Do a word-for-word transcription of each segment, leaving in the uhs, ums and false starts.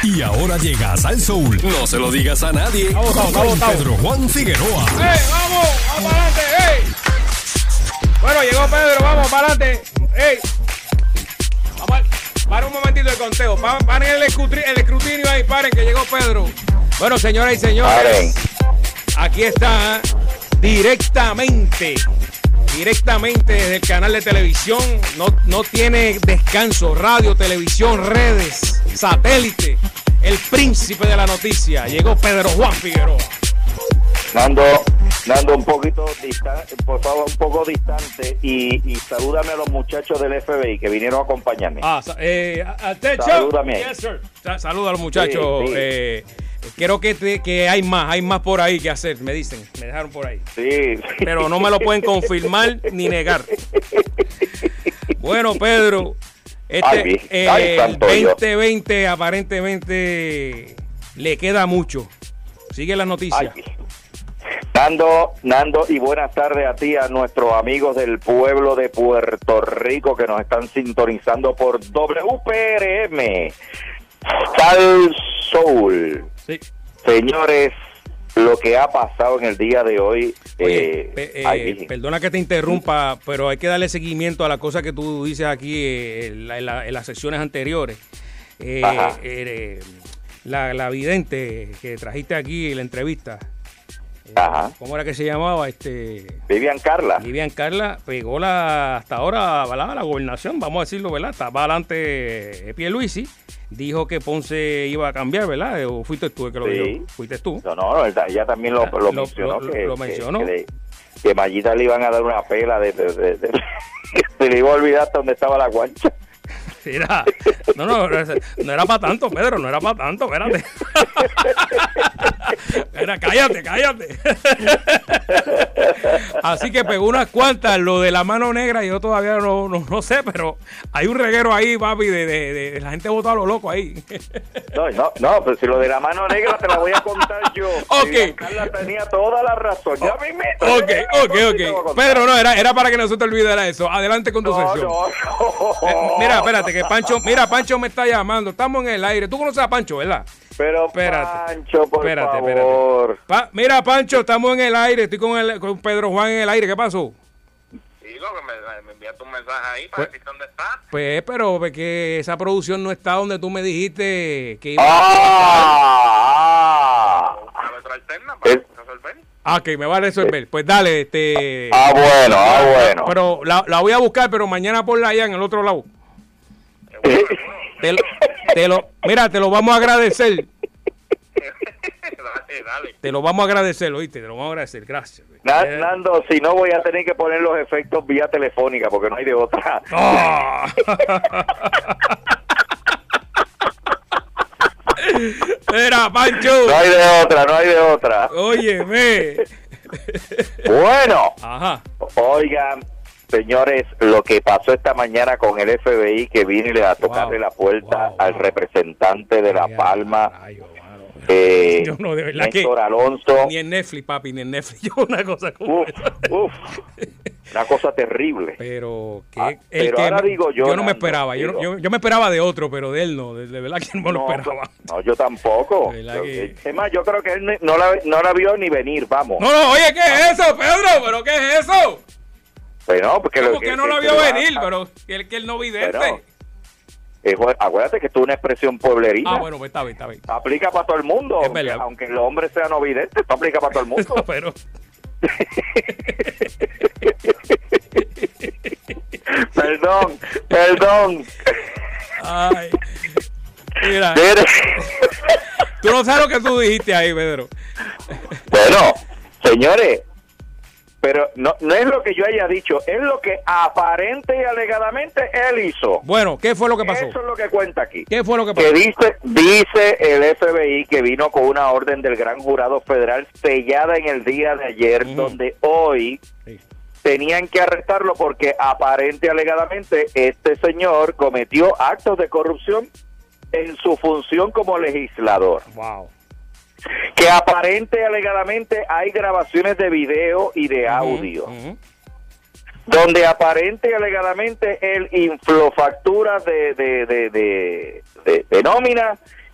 Y ahora llega Sal Soul. No se lo digas a nadie. Vamos, vamos, vamos, vamos. Pedro Juan Figueroa. ¡Ey, vamos! ¡Vamos para adelante! ¡Ey! Bueno, llegó Pedro, vamos para adelante. ¡Ey! Vamos a... Para un momentito el conteo. Pa- Paren el escrutinio, el escrutinio ahí, paren que llegó Pedro. Bueno, señoras y señores, Paren. aquí está directamente, directamente desde el canal de televisión. No, no tiene descanso. Radio, televisión, redes, satélite. El príncipe de la noticia. Llegó Pedro Juan Figueroa. Nando, Nando, un poquito distante, por favor, un poco distante y, y salúdame a los muchachos del F B I que vinieron a acompañarme. Ah, sa- eh, attention. Salúdame. Yes, sir. Sa- Saluda a los muchachos. Sí, sí. Eh, creo que, te- que hay más, hay más por ahí que hacer, me dicen. Me dejaron por ahí. Sí. Pero no me lo pueden confirmar ni negar. Bueno, Pedro, este, Ay, eh, ay, el santo Dios. veinte veinte aparentemente le queda mucho. Sigue las noticias. Ay. Nando, Nando, y buenas tardes a ti, a nuestros amigos del pueblo de Puerto Rico que nos están sintonizando por W P R M, Sal Soul. Sí. Señores, lo que ha pasado en el día de hoy... Oye, eh, pe- eh, ay, Virgen. perdona que te interrumpa, pero hay que darle seguimiento a la cosa que tú dices aquí eh, en, la- en la- en las secciones anteriores. Eh, Ajá. eh, la, la vidente que trajiste aquí en la entrevista. Eh, Ajá. ¿Cómo era que se llamaba? Este Vivian Carla. Vivian Carla pegó la hasta ahora, ¿verdad?, la gobernación, vamos a decirlo, ¿verdad? Estaba adelante Pierluisi, dijo que Ponce iba a cambiar, ¿verdad? ¿O fuiste tú el que lo Sí. dijo? ¿Fuiste tú? No, no, ella ella también lo, Lo- lo lo- mencionó. lo- que, lo que- mencionó. Que, de- que Mayita le iban a dar una pela de, de- de- de- que se le iba a olvidar hasta dónde estaba la guancha. Era, no, no, no era para tanto, Pedro, no era para tanto, espérate. Era, cállate, cállate. Así que pegó unas cuantas, lo de la mano negra, yo todavía no, no, no sé, pero hay un reguero ahí, papi, de, de, de la gente votó a lo loco ahí. No, no, no, pero si lo de la mano negra te la voy a contar yo. Ok. Vivian Carla tenía toda la razón. Ya me meto. Ok, ok, ok. Pedro, no, era, era para que no se te olvidara eso. Adelante con tu No, sección. no, no. Eh, mira, espérate, que Pancho, mira, Pancho me está llamando. Estamos en el aire. Tú conoces a Pancho, ¿verdad? Pero Espérate. Pancho, por Espérate, favor. espérate. Pa- mira, Pancho, estamos en el aire. Estoy con, el, con Pedro Juan en el aire. ¿Qué pasó? Digo que me, me enviaste un mensaje ahí para Pues- decir dónde está. Pues, pero ve que esa producción no está donde tú me dijiste que iba. Ah, ah. A otra alterna para Es- resolver. Ah, que me va a resolver. Pues dale, este. Ah, bueno, ah, bueno. Pero la, la voy a buscar, pero mañana ponla allá en el otro lado. Seguro, seguro. Te lo, te lo, mira, te lo vamos a agradecer. Dale, dale. Te lo vamos a agradecer, oíste, te lo vamos a agradecer. Gracias. Na- Eh, Nando, si no voy a tener que poner los efectos vía telefónica porque no hay de otra. ¡Ah! Mira, Pancho. No hay de otra, no hay de otra. Óyeme. Bueno, Ajá. oigan, señores, lo que pasó esta mañana con el F B I que vino y le a tocarle Wow, la puerta wow, al wow. representante de La Ay, Palma, ay, mano. eh, Yo no, de verdad Néstor que- Alonso. Ni en Netflix, papi, ni en Netflix. Yo una cosa como Uf, esa. uf, una cosa terrible. Pero que Ah, el pero que ahora me- digo yo, no me Nando, esperaba. Yo, digo. yo, yo me esperaba de otro, pero de él no. De, de verdad que no me lo No, esperaba. no, yo tampoco. De verdad Yo- que- Es más, yo creo que él ne- no la, no la vio ni venir, vamos. No, no, oye, ¿qué es eso, Pedro? ¿Pero qué es eso? Pero, porque lo ¿Cómo que no lo vio venir? Pero que él, que él no vidente. Pero- Eh, bueno, acuérdate que esto es una expresión pueblerina. Ah, bueno, pues está bien, está bien. Aplica para todo el mundo. Es Aunque, verdad. aunque el hombre sea no vidente, esto aplica para todo el mundo. Pero, Perdón, perdón. ay. Mira, Mire. tú no sabes lo que tú dijiste ahí, Pedro. Bueno, señores, pero no, no es lo que yo haya dicho, es lo que aparente y alegadamente él hizo. Bueno, ¿qué fue lo que pasó? Eso es lo que cuenta aquí. ¿Qué fue lo que pasó? Que dice, dice el F B I que vino con una orden del Gran Jurado Federal sellada en el día de ayer, Ujú. donde hoy Sí. tenían que arrestarlo porque aparente y alegadamente este señor cometió actos de corrupción en su función como legislador. Wow. Que aparente y alegadamente hay grabaciones de video y de audio, Ujú, ujú. donde aparente y alegadamente él infló facturas de, de, de, de, de, de nómina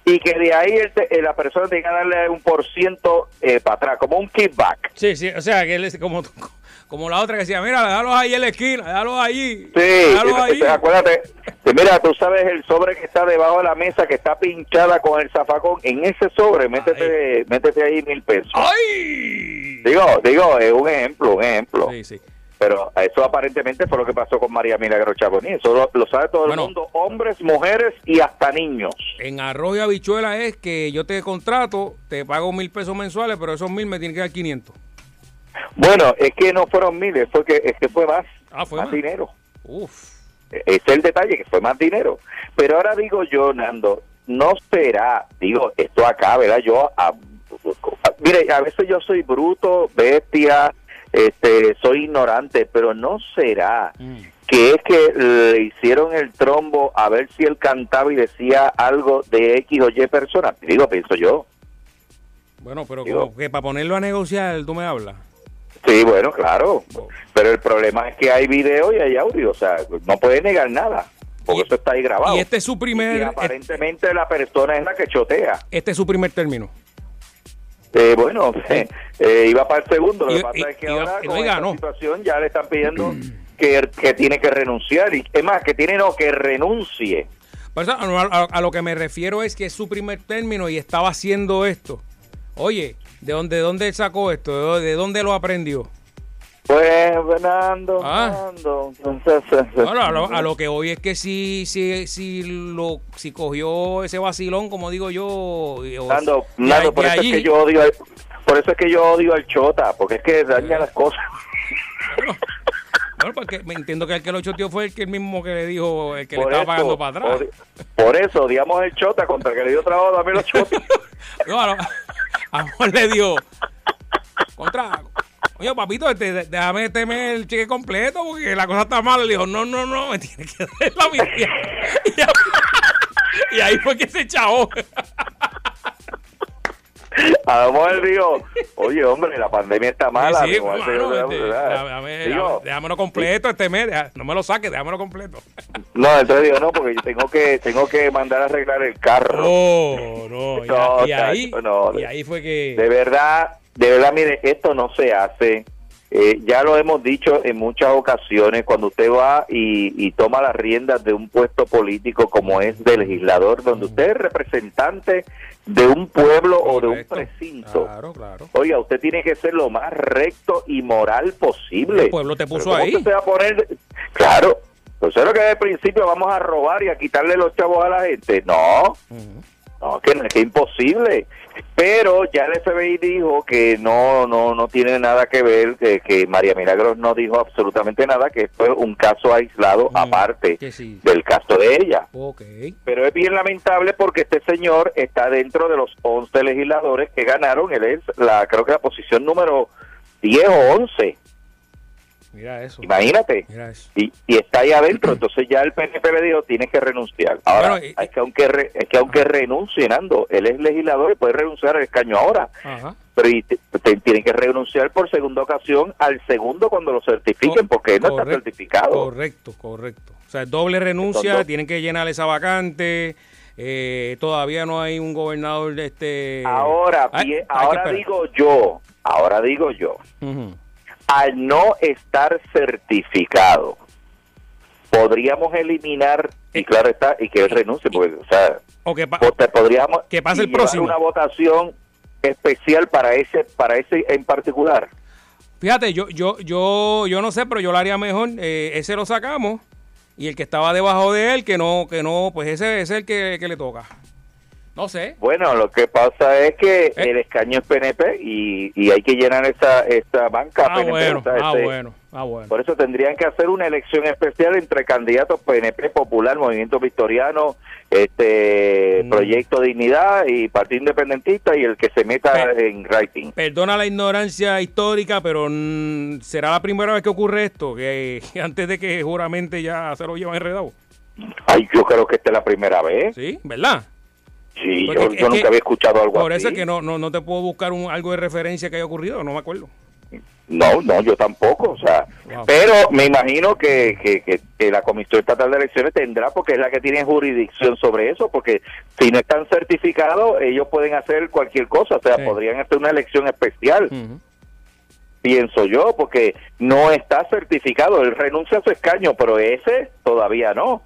y que de ahí el te- la persona tenga que darle un por ciento eh, para atrás, como un kickback. Sí, sí, o sea, que él es como, como la otra que decía, mira, déjalos ahí en la esquina, déjalos allí. Sí, déjalos eh, ahí. eh, acuérdate, que mira, tú sabes el sobre que está debajo de la mesa, que está pinchada con el zafacón, en ese sobre, métete, Ay. métete ahí mil pesos. ¡Ay! Digo, digo, es un ejemplo, un ejemplo. Sí, sí. Pero eso aparentemente fue lo que pasó con María Milagro Chaboní. Eso lo, lo sabe todo Bueno. el mundo, hombres, mujeres y hasta niños. En arroz y habichuela es que yo te contrato, te pago mil pesos mensuales, pero esos mil me tienen que dar quinientos. Bueno, es que no fueron miles, fue que, es que fue más, Ah, fue más más. dinero. Uf. Ese es el detalle, que fue más dinero. Pero ahora digo yo, Nando, no será, digo, esto acá, ¿verdad? Yo, a, a- mire, a veces yo soy bruto, bestia, este, soy ignorante, pero no será Mm. que es que le hicieron el trombo a ver si él cantaba y decía algo de X o Y persona. Digo, pienso yo. Bueno, pero Digo. como que para ponerlo a negociar, tú me hablas. Sí, bueno, claro. Pero el problema es que hay video y hay audio, o sea, no puede negar nada, porque Y- eso está ahí grabado. Y este es su Y primer, aparentemente la persona es la que chotea. este es su primer término. Eh, bueno, eh, iba para el segundo. Lo Y- que pasa y- es que y- ahora y no con diga, esta no. situación ya le están pidiendo que, que tiene que renunciar. Y es más, que tiene no, que renuncie. Por eso, a, a- a lo que me refiero es que es su primer término y estaba haciendo esto. Oye, ¿de dónde, de dónde él sacó esto? ¿De dónde, de dónde lo aprendió? Pues, Fernando, Ah. Fernando, entonces, Bueno, a lo, a lo que hoy es que si, si, si, lo, si cogió ese vacilón, como digo yo... y- o- Nando, de Nando, ahí- por de eso allí- es que yo odio al, por eso es que yo odio al Chota, porque es que daña las cosas. Bueno, porque me entiendo que el que lo choteó fue el que el mismo que le dijo, el que Por le estaba eso, pagando para atrás. Por, por eso odiamos el Chota, contra el que le dio trabajo también los Chotas. No, a lo- a lo mejor le dio contra. Oye, papito, este, de- déjame meterme el cheque completo porque la cosa está mal. Le dijo, no, no, no, me tiene que dar la mitad. Y, ahí- y ahí fue que se echó. A lo mejor él dijo, oye, hombre, la pandemia está mala. Sí, sí, igual se- bueno, ¿verdad? este, ¿verdad? déjame- Digo, déjame- déjamelo completo este mes. deja- No me lo saques, déjamelo completo. no, entonces digo, no, porque yo tengo que tengo que mandar a arreglar el carro. Oh, no. Y, No, y ahí, chacho, no. y ahí fue que... De verdad, de verdad, mire, esto no se hace. Eh, ya lo hemos dicho en muchas ocasiones, cuando usted va y, y toma las riendas de un puesto político como es de legislador, donde usted es representante de un pueblo o de un Correcto. precinto. Claro, claro. Oiga, usted tiene que ser lo más recto y moral posible. El pueblo te puso Pero ¿cómo ahí. usted se va a poner? Claro. Entonces, lo que desde el principio vamos a robar y a quitarle los chavos a la gente. No, Ujú. no, que, no, que imposible. Pero ya el F B I dijo que no no no tiene nada que ver, que, que María Milagros no dijo absolutamente nada, que fue un caso aislado Mm, aparte que sí. del caso de ella. Ok. Pero es bien lamentable porque este señor está dentro de los once legisladores que ganaron. Él es, la creo que la posición número diez o once. Mira eso. Imagínate. Mira eso. Y, y está ahí adentro. Entonces ya el P N P le dijo, tienes que renunciar. Ahora, Bueno, y- es que aunque, re- es que aunque renuncie, Nando, él es legislador y puede renunciar al escaño ahora. Ajá. Pero y te- te- tienen que renunciar por segunda ocasión al segundo cuando lo certifiquen, Co- porque él no está correcto, certificado. Correcto, correcto. O sea, doble renuncia, Entonces- tienen que llenar esa vacante. Eh, todavía no hay un gobernador de este. Ahora, Ay, bien, hay que ahora esperar. digo yo, ahora digo yo, Ujú. al no estar certificado, podríamos eliminar, y Eh, claro está, y que él renuncie, porque, o sea, O que pa- po- te podríamos que pase el llevar próximo. una votación especial para ese para ese en particular. Fíjate, yo, yo, yo, yo no sé, pero yo lo haría mejor. Eh, ese lo sacamos y el que estaba debajo de él, que no, que no, pues ese, ese es el que, que le toca. No sé. Bueno, lo que pasa es que Eh. el escaño es P N P y, y hay que llenar esa esa banca Ah, P N P. bueno, o sea, ah, ese- bueno, ah, bueno. Por eso tendrían que hacer una elección especial entre candidatos P N P Popular, Movimiento Victoriano, este Mm. Proyecto Dignidad y Partido Independentista, y el que se meta Pe- en writing. Perdona la ignorancia histórica, pero mm, será la primera vez que ocurre esto, que, que antes de que juramente ya se lo llevan enredado. Ay, yo creo que esta es la primera vez. ¿Sí? ¿Verdad? Sí, Porque yo, es yo que- nunca había escuchado algo Por así. eso es que no, no, no te puedo buscar un, algo de referencia que haya ocurrido, no me acuerdo. No, no, yo tampoco, o sea, wow. Pero me imagino que, que, que, que la Comisión Estatal de Elecciones tendrá, porque es la que tiene jurisdicción sobre eso, porque si no están certificados, ellos pueden hacer cualquier cosa, o sea, sí. Podrían hacer una elección especial, uh-huh. Pienso yo, porque no está certificado, él renuncia a su escaño, pero ese todavía no.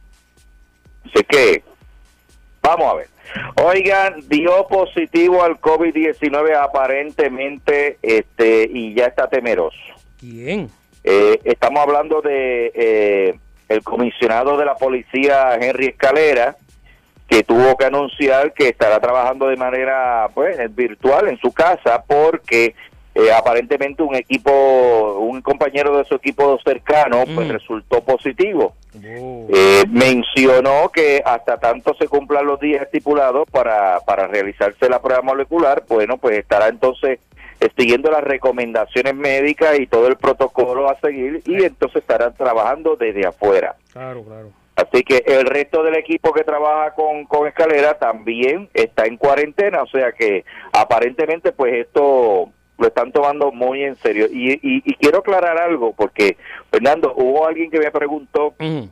Así que, vamos a ver. Oigan, dio positivo al COVID diecinueve aparentemente, este, y ya está temeroso. ¿Quién? Eh, estamos hablando de eh, el comisionado de la policía, Henry Escalera, que tuvo que anunciar que estará trabajando de manera, pues, virtual en su casa, porque eh, aparentemente un equipo, un compañero de su equipo cercano, pues, mm. resultó positivo. Oh. Eh, mencionó que hasta tanto se cumplan los días estipulados para, para realizarse la prueba molecular, bueno, pues estará entonces eh, siguiendo las recomendaciones médicas y todo el protocolo a seguir, y entonces estarán trabajando desde afuera. Claro, claro. Así que el resto del equipo que trabaja con, con Escalera también está en cuarentena, o sea que aparentemente pues esto lo están tomando muy en serio. Y, y, y quiero aclarar algo, porque, Fernando, hubo alguien que me preguntó, uh-huh.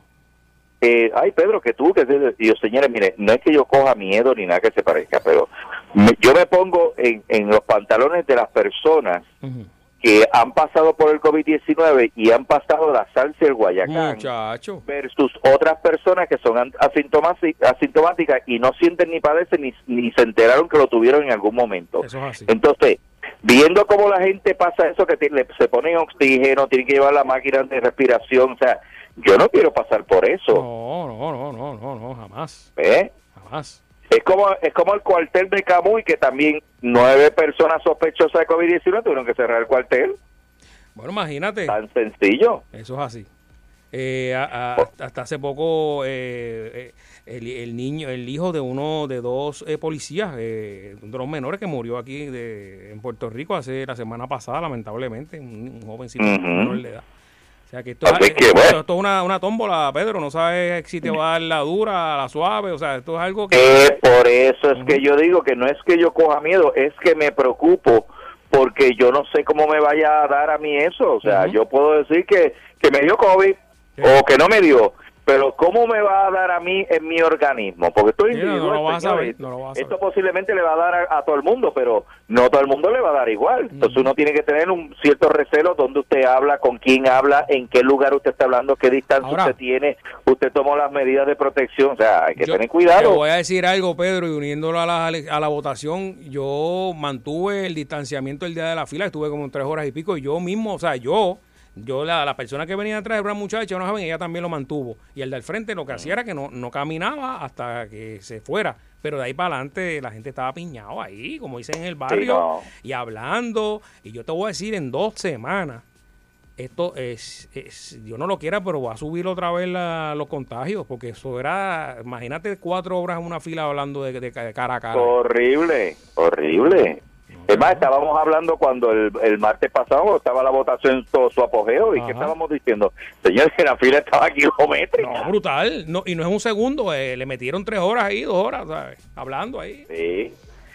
eh, ay, Pedro, que tú, que y yo, señores, mire, no es que yo coja miedo ni nada que se parezca, pero me, yo me pongo en, en los pantalones de las personas uh-huh. que han pasado por el COVID diecinueve y han pasado la salsa y el Guayacán, muchacho, versus otras personas que son asintomáticas y no sienten ni padecen ni, ni se enteraron que lo tuvieron en algún momento. Eso es así. Entonces, viendo cómo la gente pasa eso, que te, le, se ponen oxígeno, tienen que llevar la máquina de respiración, o sea, yo no quiero pasar por eso. No, no, no, no, no, no, jamás. ¿Eh? Jamás. Es como es como el cuartel de Camuy, que también nueve personas sospechosas de COVID diecinueve tuvieron que cerrar el cuartel. Bueno, imagínate. Tan sencillo. Eso es así. Eh, a, a, hasta hace poco eh, el, el niño, el hijo de uno de dos eh, policías, eh, de los menores que murió aquí de, en Puerto Rico hace la semana pasada, lamentablemente, un, un jovencito uh-huh. menor de edad. O sea que esto, es, que, esto, bueno. esto es una, una tómbola, Pedro, no sabes si te va a dar la dura, la suave, o sea, esto es algo que... Eh, por eso es uh-huh. que yo digo que no es que yo coja miedo, es que me preocupo, porque yo no sé cómo me vaya a dar a mí eso, o sea, uh-huh. yo puedo decir que, que me dio COVID, sí. o que no me dio, pero ¿cómo me va a dar a mí en mi organismo? Porque estoy sí, individual, no, no lo vas a saber, no lo vas a saber. Esto posiblemente le va a dar a, a todo el mundo, pero no todo el mundo le va a dar igual. Uh-huh. Entonces uno tiene que tener un cierto recelo donde usted habla, con quién habla, en qué lugar usted está hablando, qué distancia Ahora, usted tiene, usted tomó las medidas de protección, o sea, hay que yo, tener cuidado. Te voy a decir algo, Pedro, y uniéndolo a la, a la votación, yo mantuve el distanciamiento el día de la fila, estuve como tres horas y pico, y yo mismo, o sea, yo... Yo, la, la persona que venía atrás era una muchacha, una joven, ella también lo mantuvo. Y el del frente lo que hacía era que no, no caminaba hasta que se fuera. Pero de ahí para adelante la gente estaba piñado ahí, como dicen en el barrio, sí, no. y hablando. Y yo te voy a decir, en dos semanas, esto es, es Dios no lo quiera, pero va a subir otra vez la, los contagios. Porque eso era, imagínate, cuatro horas en una fila hablando de, de, de cara a cara. Horrible, horrible. Es más, estábamos hablando cuando el, el martes pasado estaba la votación en todo su apogeo. ¿Y Ajá. qué estábamos diciendo? Señores, que la fila estaba kilométrica. No, brutal. No, y no es un segundo. Eh, le metieron tres horas ahí, dos horas, ¿sabes? Hablando ahí. Sí.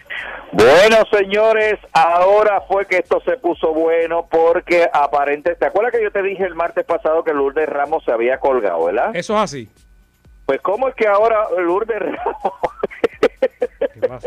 Bueno, señores, ahora fue que esto se puso bueno porque aparentemente... ¿Te acuerdas que yo te dije el martes pasado que Lourdes Ramos se había colgado, verdad? Eso es así. Pues, ¿cómo es que ahora Lourdes Ramos... ¿Qué pasó?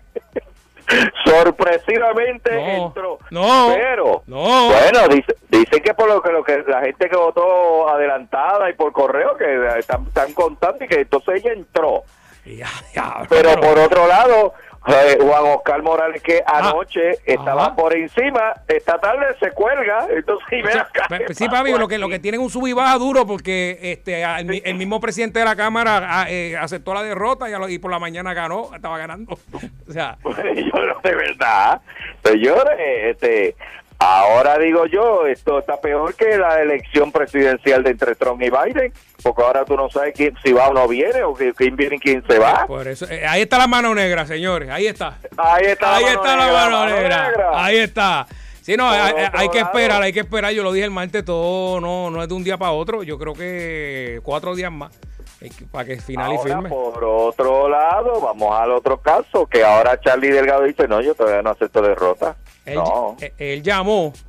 Sorpresivamente no, entró, no, pero no. bueno, dice, dicen que por lo que, lo que la gente que votó adelantada y por correo que están, están contando y que entonces ella entró, ya, ya, pero, pero por otro lado eh, Juan Oscar Morales, que anoche ah, estaba ajá. por encima, esta tarde se cuelga, entonces y o sea, acá, sí, papi, lo que lo que tienen un sub y baja duro porque este el, el mismo presidente de la Cámara eh, aceptó la derrota y, a lo, y por la mañana ganó, estaba ganando. O sea, pues yo no, de verdad, señores, este ahora digo yo, esto está peor que la elección presidencial de entre Trump y Biden, porque ahora tú no sabes quién si va o no viene, o quién viene y quién se va. Por eso, eh, ahí está la mano negra, señores, ahí está. Ahí está, ahí la, mano está negra, la mano, mano negra. negra. Ahí está. Sí, no, hay, hay que lado, esperar, hay que esperar. Yo lo dije el martes, todo no, no es de un día para otro. Yo creo que cuatro días más para que final ahora, y firme. Por otro lado, vamos al otro caso, que ahora Charlie Delgado dice, no, yo todavía no acepto derrota. Él, no. él, él llamó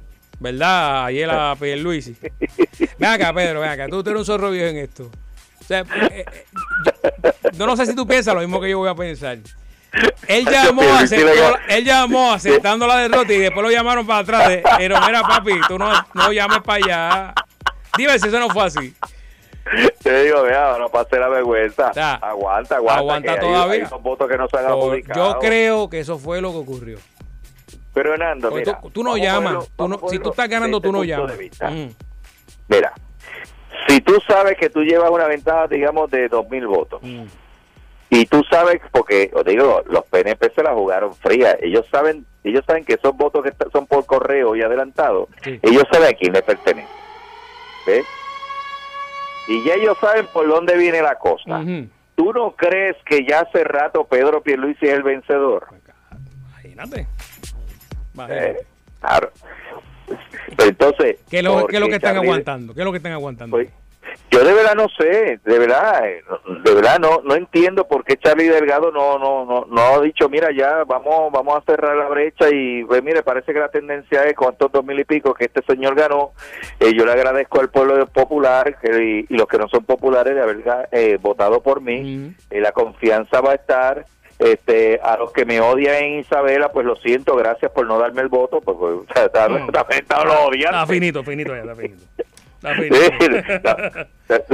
¿verdad? Ayer a Pierluisi. Ven acá, Pedro, ven acá. Tú, tú eres un zorro viejo en esto. O sea, eh, eh, yo, yo no sé si tú piensas lo mismo que yo voy a pensar. Él llamó, aceptó, él llamó aceptando la derrota y después lo llamaron para atrás. De, pero mira, papi, tú no, no llames para allá. Dime si eso no fue así. Te digo, mira, no pase la vergüenza. O sea, aguanta, aguanta. Aguanta que todavía. Hay, hay unos votos que no se han adjudicado. Yo creo que eso fue lo que ocurrió. Pero, Hernando, mira. Tú, tú no llamas. Tú no, si tú estás ganando, tú no llamas. Mm. Mira, si tú sabes que tú llevas una ventaja, digamos, de dos mil votos. Mm. Y tú sabes, porque, os digo, los P N P se la jugaron fría. Ellos saben ellos saben que esos votos que son por correo y adelantados, sí. Ellos saben a quién le pertenece. ¿Ves? Y ya ellos saben por dónde viene la cosa. Uh-huh. ¿Tú no crees que ya hace rato Pedro Pierluisi es el vencedor? Imagínate. Imagínate. Eh, claro. Pero entonces, ¿qué es lo, ¿qué es lo que están Charlie, aguantando? ¿Qué es lo que están aguantando? Pues, yo de verdad no sé, de verdad, de verdad no no entiendo por qué Charlie Delgado no no no no ha dicho, mira, ya vamos vamos a cerrar la brecha y pues mire, parece que la tendencia es con estos dos mil y pico que este señor ganó. Eh, yo le agradezco al pueblo popular eh, y, y los que no son populares de haber eh, votado por mí. Uh-huh. Eh, la confianza va a estar. Este, a los que me odian en Isabela, pues lo siento, gracias por no darme el voto, porque o sea, está, no, está, está, lo odian. Está finito, finito ya, está finito. Está finito.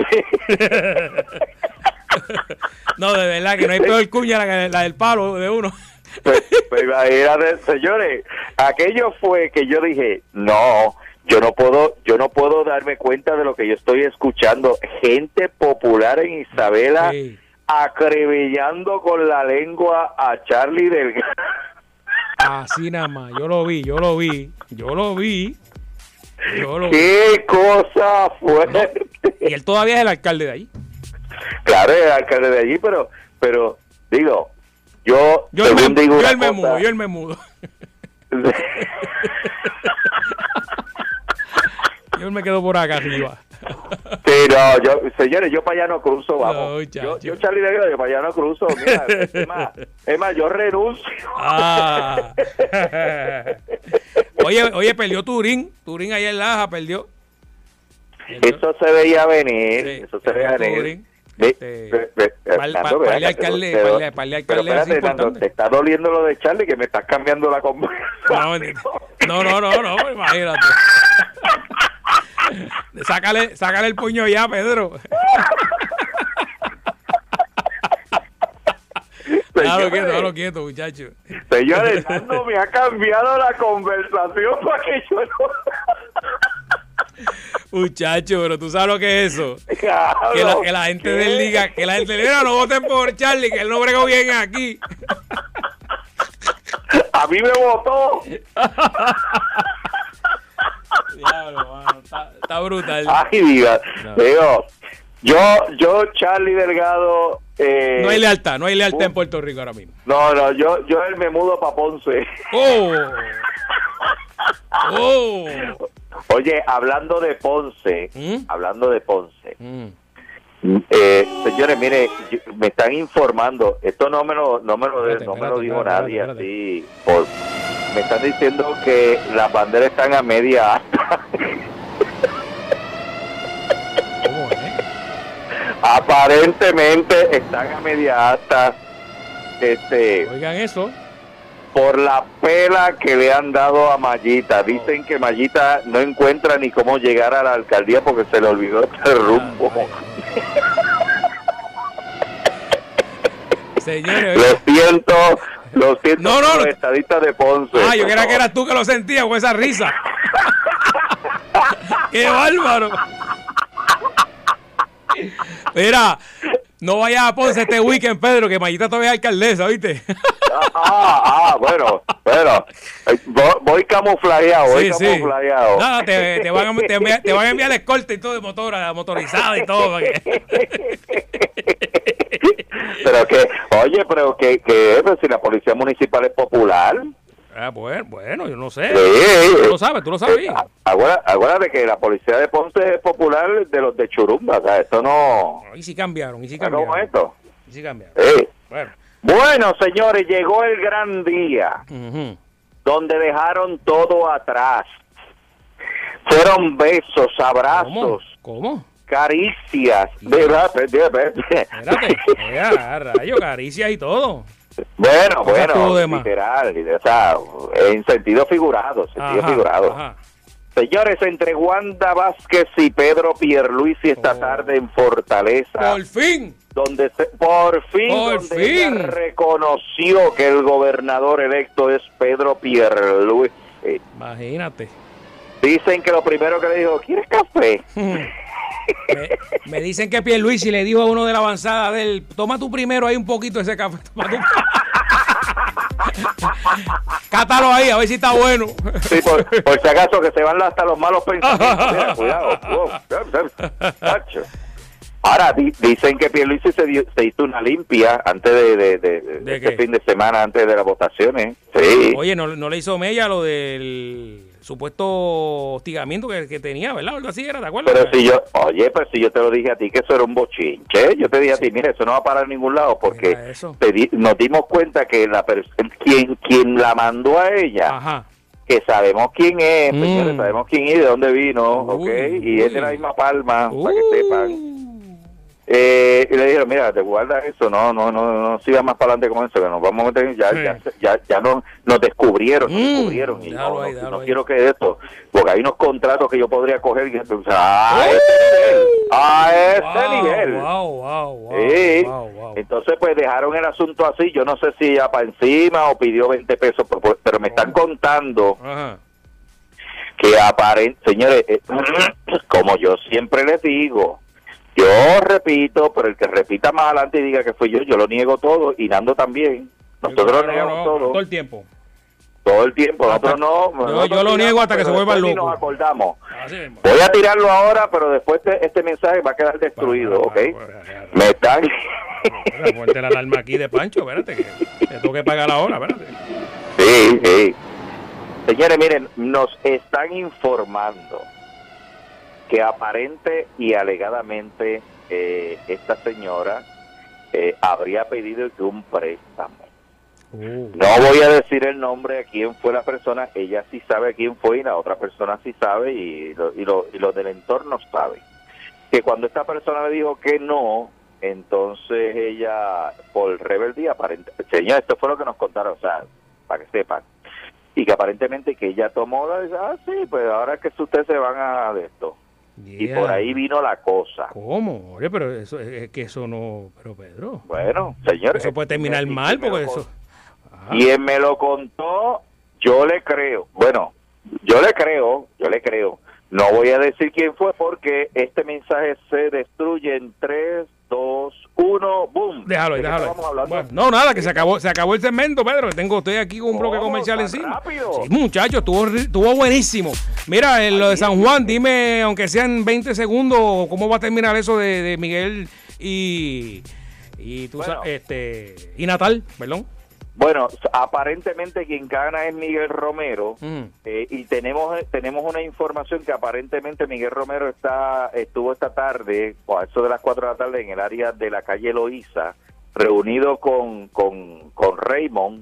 No, de verdad que no hay peor cuña la, la del palo de uno. Pues, pues imagínate, señores, aquello fue que yo dije, no, yo no puedo, yo no puedo darme cuenta de lo que yo estoy escuchando. Gente popular en Isabela. Sí. Acribillando con la lengua a Charlie Delgado. Así nada más, yo lo vi, yo lo vi, yo lo vi. Yo lo ¡Qué vi. cosa fuerte! No, y él todavía es el alcalde de allí. Claro, es el alcalde de allí, pero, pero digo, yo, yo el me, digo yo el me mudo, yo el me mudo. Yo me quedo por acá arriba. Sí, no, yo, señores, yo para allá no cruzo, vamos. No, yo, yo, Charlie Delgado, yo para allá no cruzo. Mira, es más, es más, yo renuncio. Ah. Oye, oye, perdió Turín. Turín ahí en Laja, perdió. perdió. Eso se veía venir. Sí, eso se veía venir. Para el alcalde, para el alcalde. Te está doliendo lo de Charlie, que me estás cambiando la conversación. No, no, no, no, no, imagínate. Sácale, sácale el puño ya, Pedro. Déjalo quieto, déjalo quieto, muchacho. Señores, no me ha cambiado la conversación para que yo no... Muchacho, pero tú sabes lo que es eso. Claro, que, la, que la gente del diga, que la gente le diga, no voten por Charlie, que él no bregó bien aquí. A mí me votó. Diablo, mano, está, está brutal. Ay, diga, no. Digo, yo, yo, Charlie Delgado. Eh, no hay lealtad, no hay lealtad uh, en Puerto Rico ahora mismo. No, no, yo, yo me mudo para Ponce. Oh. Oh. Oye, hablando de Ponce, ¿Mm? hablando de Ponce, mm. eh, señores, mire, me están informando, esto no me lo, no me lo, espérate, no espérate, me lo dijo espérate, nadie espérate. así, por, me están diciendo que las banderas están a media asta. ¿Cómo es? Aparentemente están a media asta, este. Oigan eso. Por la pela que le han dado a Mayita. Dicen que Mayita no encuentra ni cómo llegar a la alcaldía porque se le olvidó este rumbo. Señores, lo siento, lo siento, no, no, los estadistas de Ponce. Ah, yo creía que eras tú que lo sentías con esa risa. ¡Qué bárbaro! Mira, no vayas a Ponce este weekend, Pedro, que Mayita todavía es alcaldesa, ¿viste? Ah, ah, bueno, bueno, voy, voy camuflajeado, voy sí, camuflajeado. Sí. No, te, te, van a, te, te van a enviar escolta y todo de motora, motorizada y todo. Pero que, oye, pero que, que pero si la policía municipal es popular. Ah, bueno, bueno, yo no sé. Sí, tú lo sabes, tú lo sabías. Ahora, ahora de que la policía de Ponce es popular de los de Churumba, o sea, esto no... Y si cambiaron, y si cambiaron. ¿Cómo esto? Y si cambiaron. Sí. Bueno. Bueno, señores, llegó el gran día, uh-huh. donde dejaron todo atrás. Fueron besos, abrazos, ¿Cómo? ¿Cómo? caricias. ¿Verdad? Espérate, eh, rayo, caricias y todo. Bueno, O sea, todo bueno, demás. literal, o sea, en sentido figurado, sentido Ajá, figurado. ajá. Señores, entre Wanda Vázquez y Pedro Pierluisi esta Oh. tarde en Fortaleza, Por fin. donde se, por fin, Por donde fin. ella reconoció que el gobernador electo es Pedro Pierluisi. Imagínate. Dicen que lo primero que le dijo, ¿quieres café? Me, me dicen que Pierluisi le dijo a uno de la avanzada de él, toma tú primero ahí un poquito ese café. Toma tú. Cátalo ahí, a ver si está bueno. Sí, por, por si acaso que se van hasta los malos pensamientos. Mira, cuidado. Wow. Tacho. Ahora, di- dicen que Pierluisi se, dio- se hizo una limpia antes de, de, de- de ¿De este qué? fin de semana, antes de las votaciones. Sí. Oye, no, no le hizo mella lo del supuesto hostigamiento que, que tenía, ¿verdad? Algo así era, ¿te acuerdas? Pero si yo, oye, pues si yo te lo dije a ti que eso era un bochinche, yo te dije a ti, mira, eso no va a parar en ningún lado porque Mira eso. te di- nos dimos cuenta que la pers- quien quien la mandó a ella, Ajá. que sabemos quién es, Mm. señores, sabemos quién es y de dónde vino, Uy, ¿ok? Y uy. es de la misma Palma, para que Uh. sepan. Eh, y le dijeron, mira, te guardas eso, no, no, no, no sigas más para adelante con eso, que nos vamos a meter, ya, Sí. ya, ya, ya no, nos descubrieron, nos Mm, descubrieron, y déjalo no, ahí, no- déjalo no ahí. quiero que esto, porque hay unos contratos que yo podría coger y o sea, a ese nivel, a ese Wow, nivel. wow, wow, wow, Sí. wow, wow. Entonces, pues dejaron el asunto así, yo no sé si ya para encima o pidió veinte pesos, pero, pero me están contando Ajá. que aparente, señores, eh, como yo siempre les digo, yo repito, pero el que repita más adelante y diga que fui yo, yo lo niego todo y Nando también. Nosotros No, lo negamos no, no, todo, todo el tiempo. todo el tiempo. Nosotros Hasta- no. yo- nosotros yo lo tiramos, niego hasta que pero se vuelvan después ni locos. Nos acordamos. Así mismo. Voy a tirarlo ahora, pero después este, este mensaje va a quedar destruido, ¿ok? Me están. Espera, ponte la alarma aquí de Pancho, espérate, que te tengo que pagar ahora, espérate. Sí, sí. Señores, miren, nos están informando que aparente y alegadamente eh, esta señora eh, habría pedido un préstamo. Uh, No voy a decir el nombre de quién fue la persona, ella sí sabe quién fue y la otra persona sí sabe y, lo, y, lo, y los del entorno saben. Que cuando esta persona le dijo que no, entonces ella, por rebeldía, aparente, señor, esto fue lo que nos contaron, o sea, para que sepan, y que aparentemente que ella tomó, la, ah, sí, pues ahora que ustedes se van a de esto. Y yeah. por ahí vino la cosa. ¿Cómo? Oye, pero eso es que eso no, pero Pedro. Bueno, señores. Eso puede terminar ¿quién mal me porque lo eso. con- Ajá. Quien me lo contó, yo le creo. Bueno, yo le creo, yo le creo. No voy a decir quién fue porque este mensaje se destruye en tres, dos, uno, boom. Déjalo ahí, ¿De qué déjalo ahí. estábamos hablando? Bueno, no, nada, que se acabó, se acabó el segmento, Pedro. Tengo, estoy aquí con un bloque ¿Cómo? comercial ¿Tan encima. rápido? Sí, muchacho, estuvo, ri- estuvo buenísimo. Mira, en lo de San Juan, dime, aunque sean veinte segundos, cómo va a terminar eso de, de Miguel y y tú Bueno. sabes, este y Natal, perdón. Bueno, aparentemente quien gana es Miguel Romero. Mm. Eh, y tenemos tenemos una información que aparentemente Miguel Romero está estuvo esta tarde, o a eso de las cuatro de la tarde, en el área de la calle Loíza, reunido con, con, con Raymond,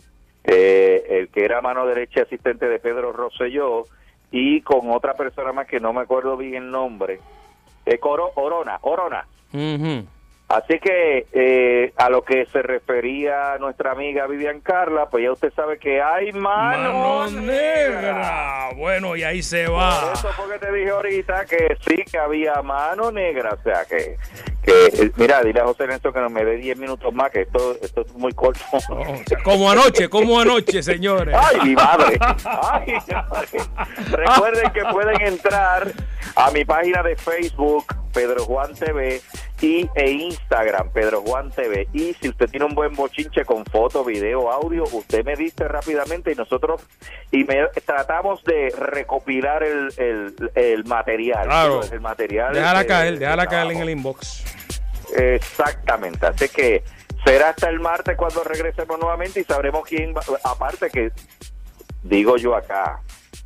eh, el que era mano derecha asistente de Pedro Rosselló, y con otra persona más que no me acuerdo bien el nombre, eh, Coro, Orona, Orona. Ujú. Así que eh, a lo que se refería nuestra amiga Vivian Carla, pues ya usted sabe que hay mano, Mano negra. negra. Bueno, y ahí se Por va. eso fue que te dije ahorita que sí, que había mano negra. O sea, que, que eh, mira, dile a José Nelson que nos me dé diez minutos más, que esto, esto es muy corto. No, o sea, como anoche, como anoche, señores. ¡Ay, mi madre! ¡Ay, mi madre! Recuerden que pueden entrar a mi página de Facebook, Pedro Juan T V, y e Instagram, Pedro Juan T V. Y si usted tiene un buen bochinche con foto, video, audio, usted me dice rápidamente y nosotros y me, tratamos de recopilar el, el, el material. Claro. El material. Déjala de- caer, de déjala caer en trabajo. el inbox. Exactamente, así que será hasta el martes cuando regresemos nuevamente y sabremos quién va. Aparte que digo yo acá,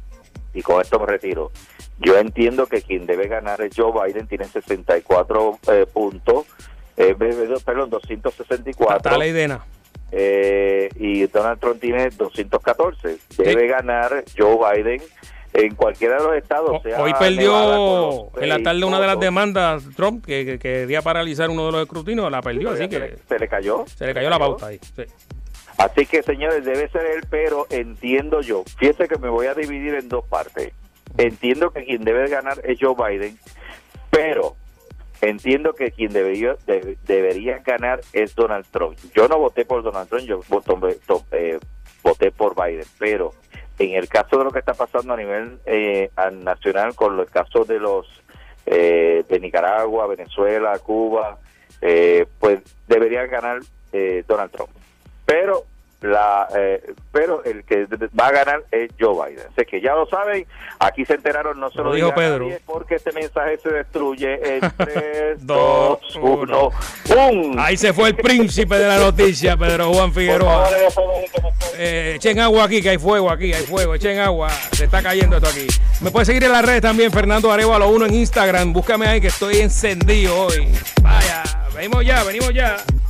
y con esto me retiro, yo entiendo que quien debe ganar es Joe Biden, tiene sesenta y cuatro eh, puntos, eh, perdón, doscientos sesenta y cuatro, Está la idea. eh, y Donald Trump tiene doscientos catorce. Debe Sí. ganar Joe Biden. en cualquiera de los estados. O, sea hoy Nevada, perdió Colorado, en la tarde una de las Colorado, demandas Trump que, que quería paralizar uno de los escrutinios, la perdió, así se que le, se le cayó. se le cayó la pauta ahí. Sí. Así que, señores, debe ser él, pero entiendo yo. Fíjense que me voy a dividir en dos partes. Entiendo que quien debe ganar es Joe Biden, pero entiendo que quien debería de, debería ganar es Donald Trump. Yo no voté por Donald Trump, yo voté, eh, voté por Biden, pero en el caso de lo que está pasando a nivel eh, nacional con el caso de los eh, de Nicaragua, Venezuela, Cuba, eh, pues debería ganar eh, Donald Trump. Pero la eh, pero el que va a ganar es Joe Biden. Así que ya lo saben, aquí se enteraron, no se lo, lo dijo diga Pedro. nadie porque este mensaje se destruye en tres, Dos, dos, uno, ¡pum! Ahí se fue el príncipe de la noticia, Pedro Juan Figueroa. Eh, echen agua aquí, que hay fuego aquí, hay fuego, echen agua, se está cayendo esto aquí. Me puedes seguir en las redes también, Fernando Arevalo uno en Instagram, búscame ahí que estoy encendido hoy. Vaya, venimos ya, venimos ya.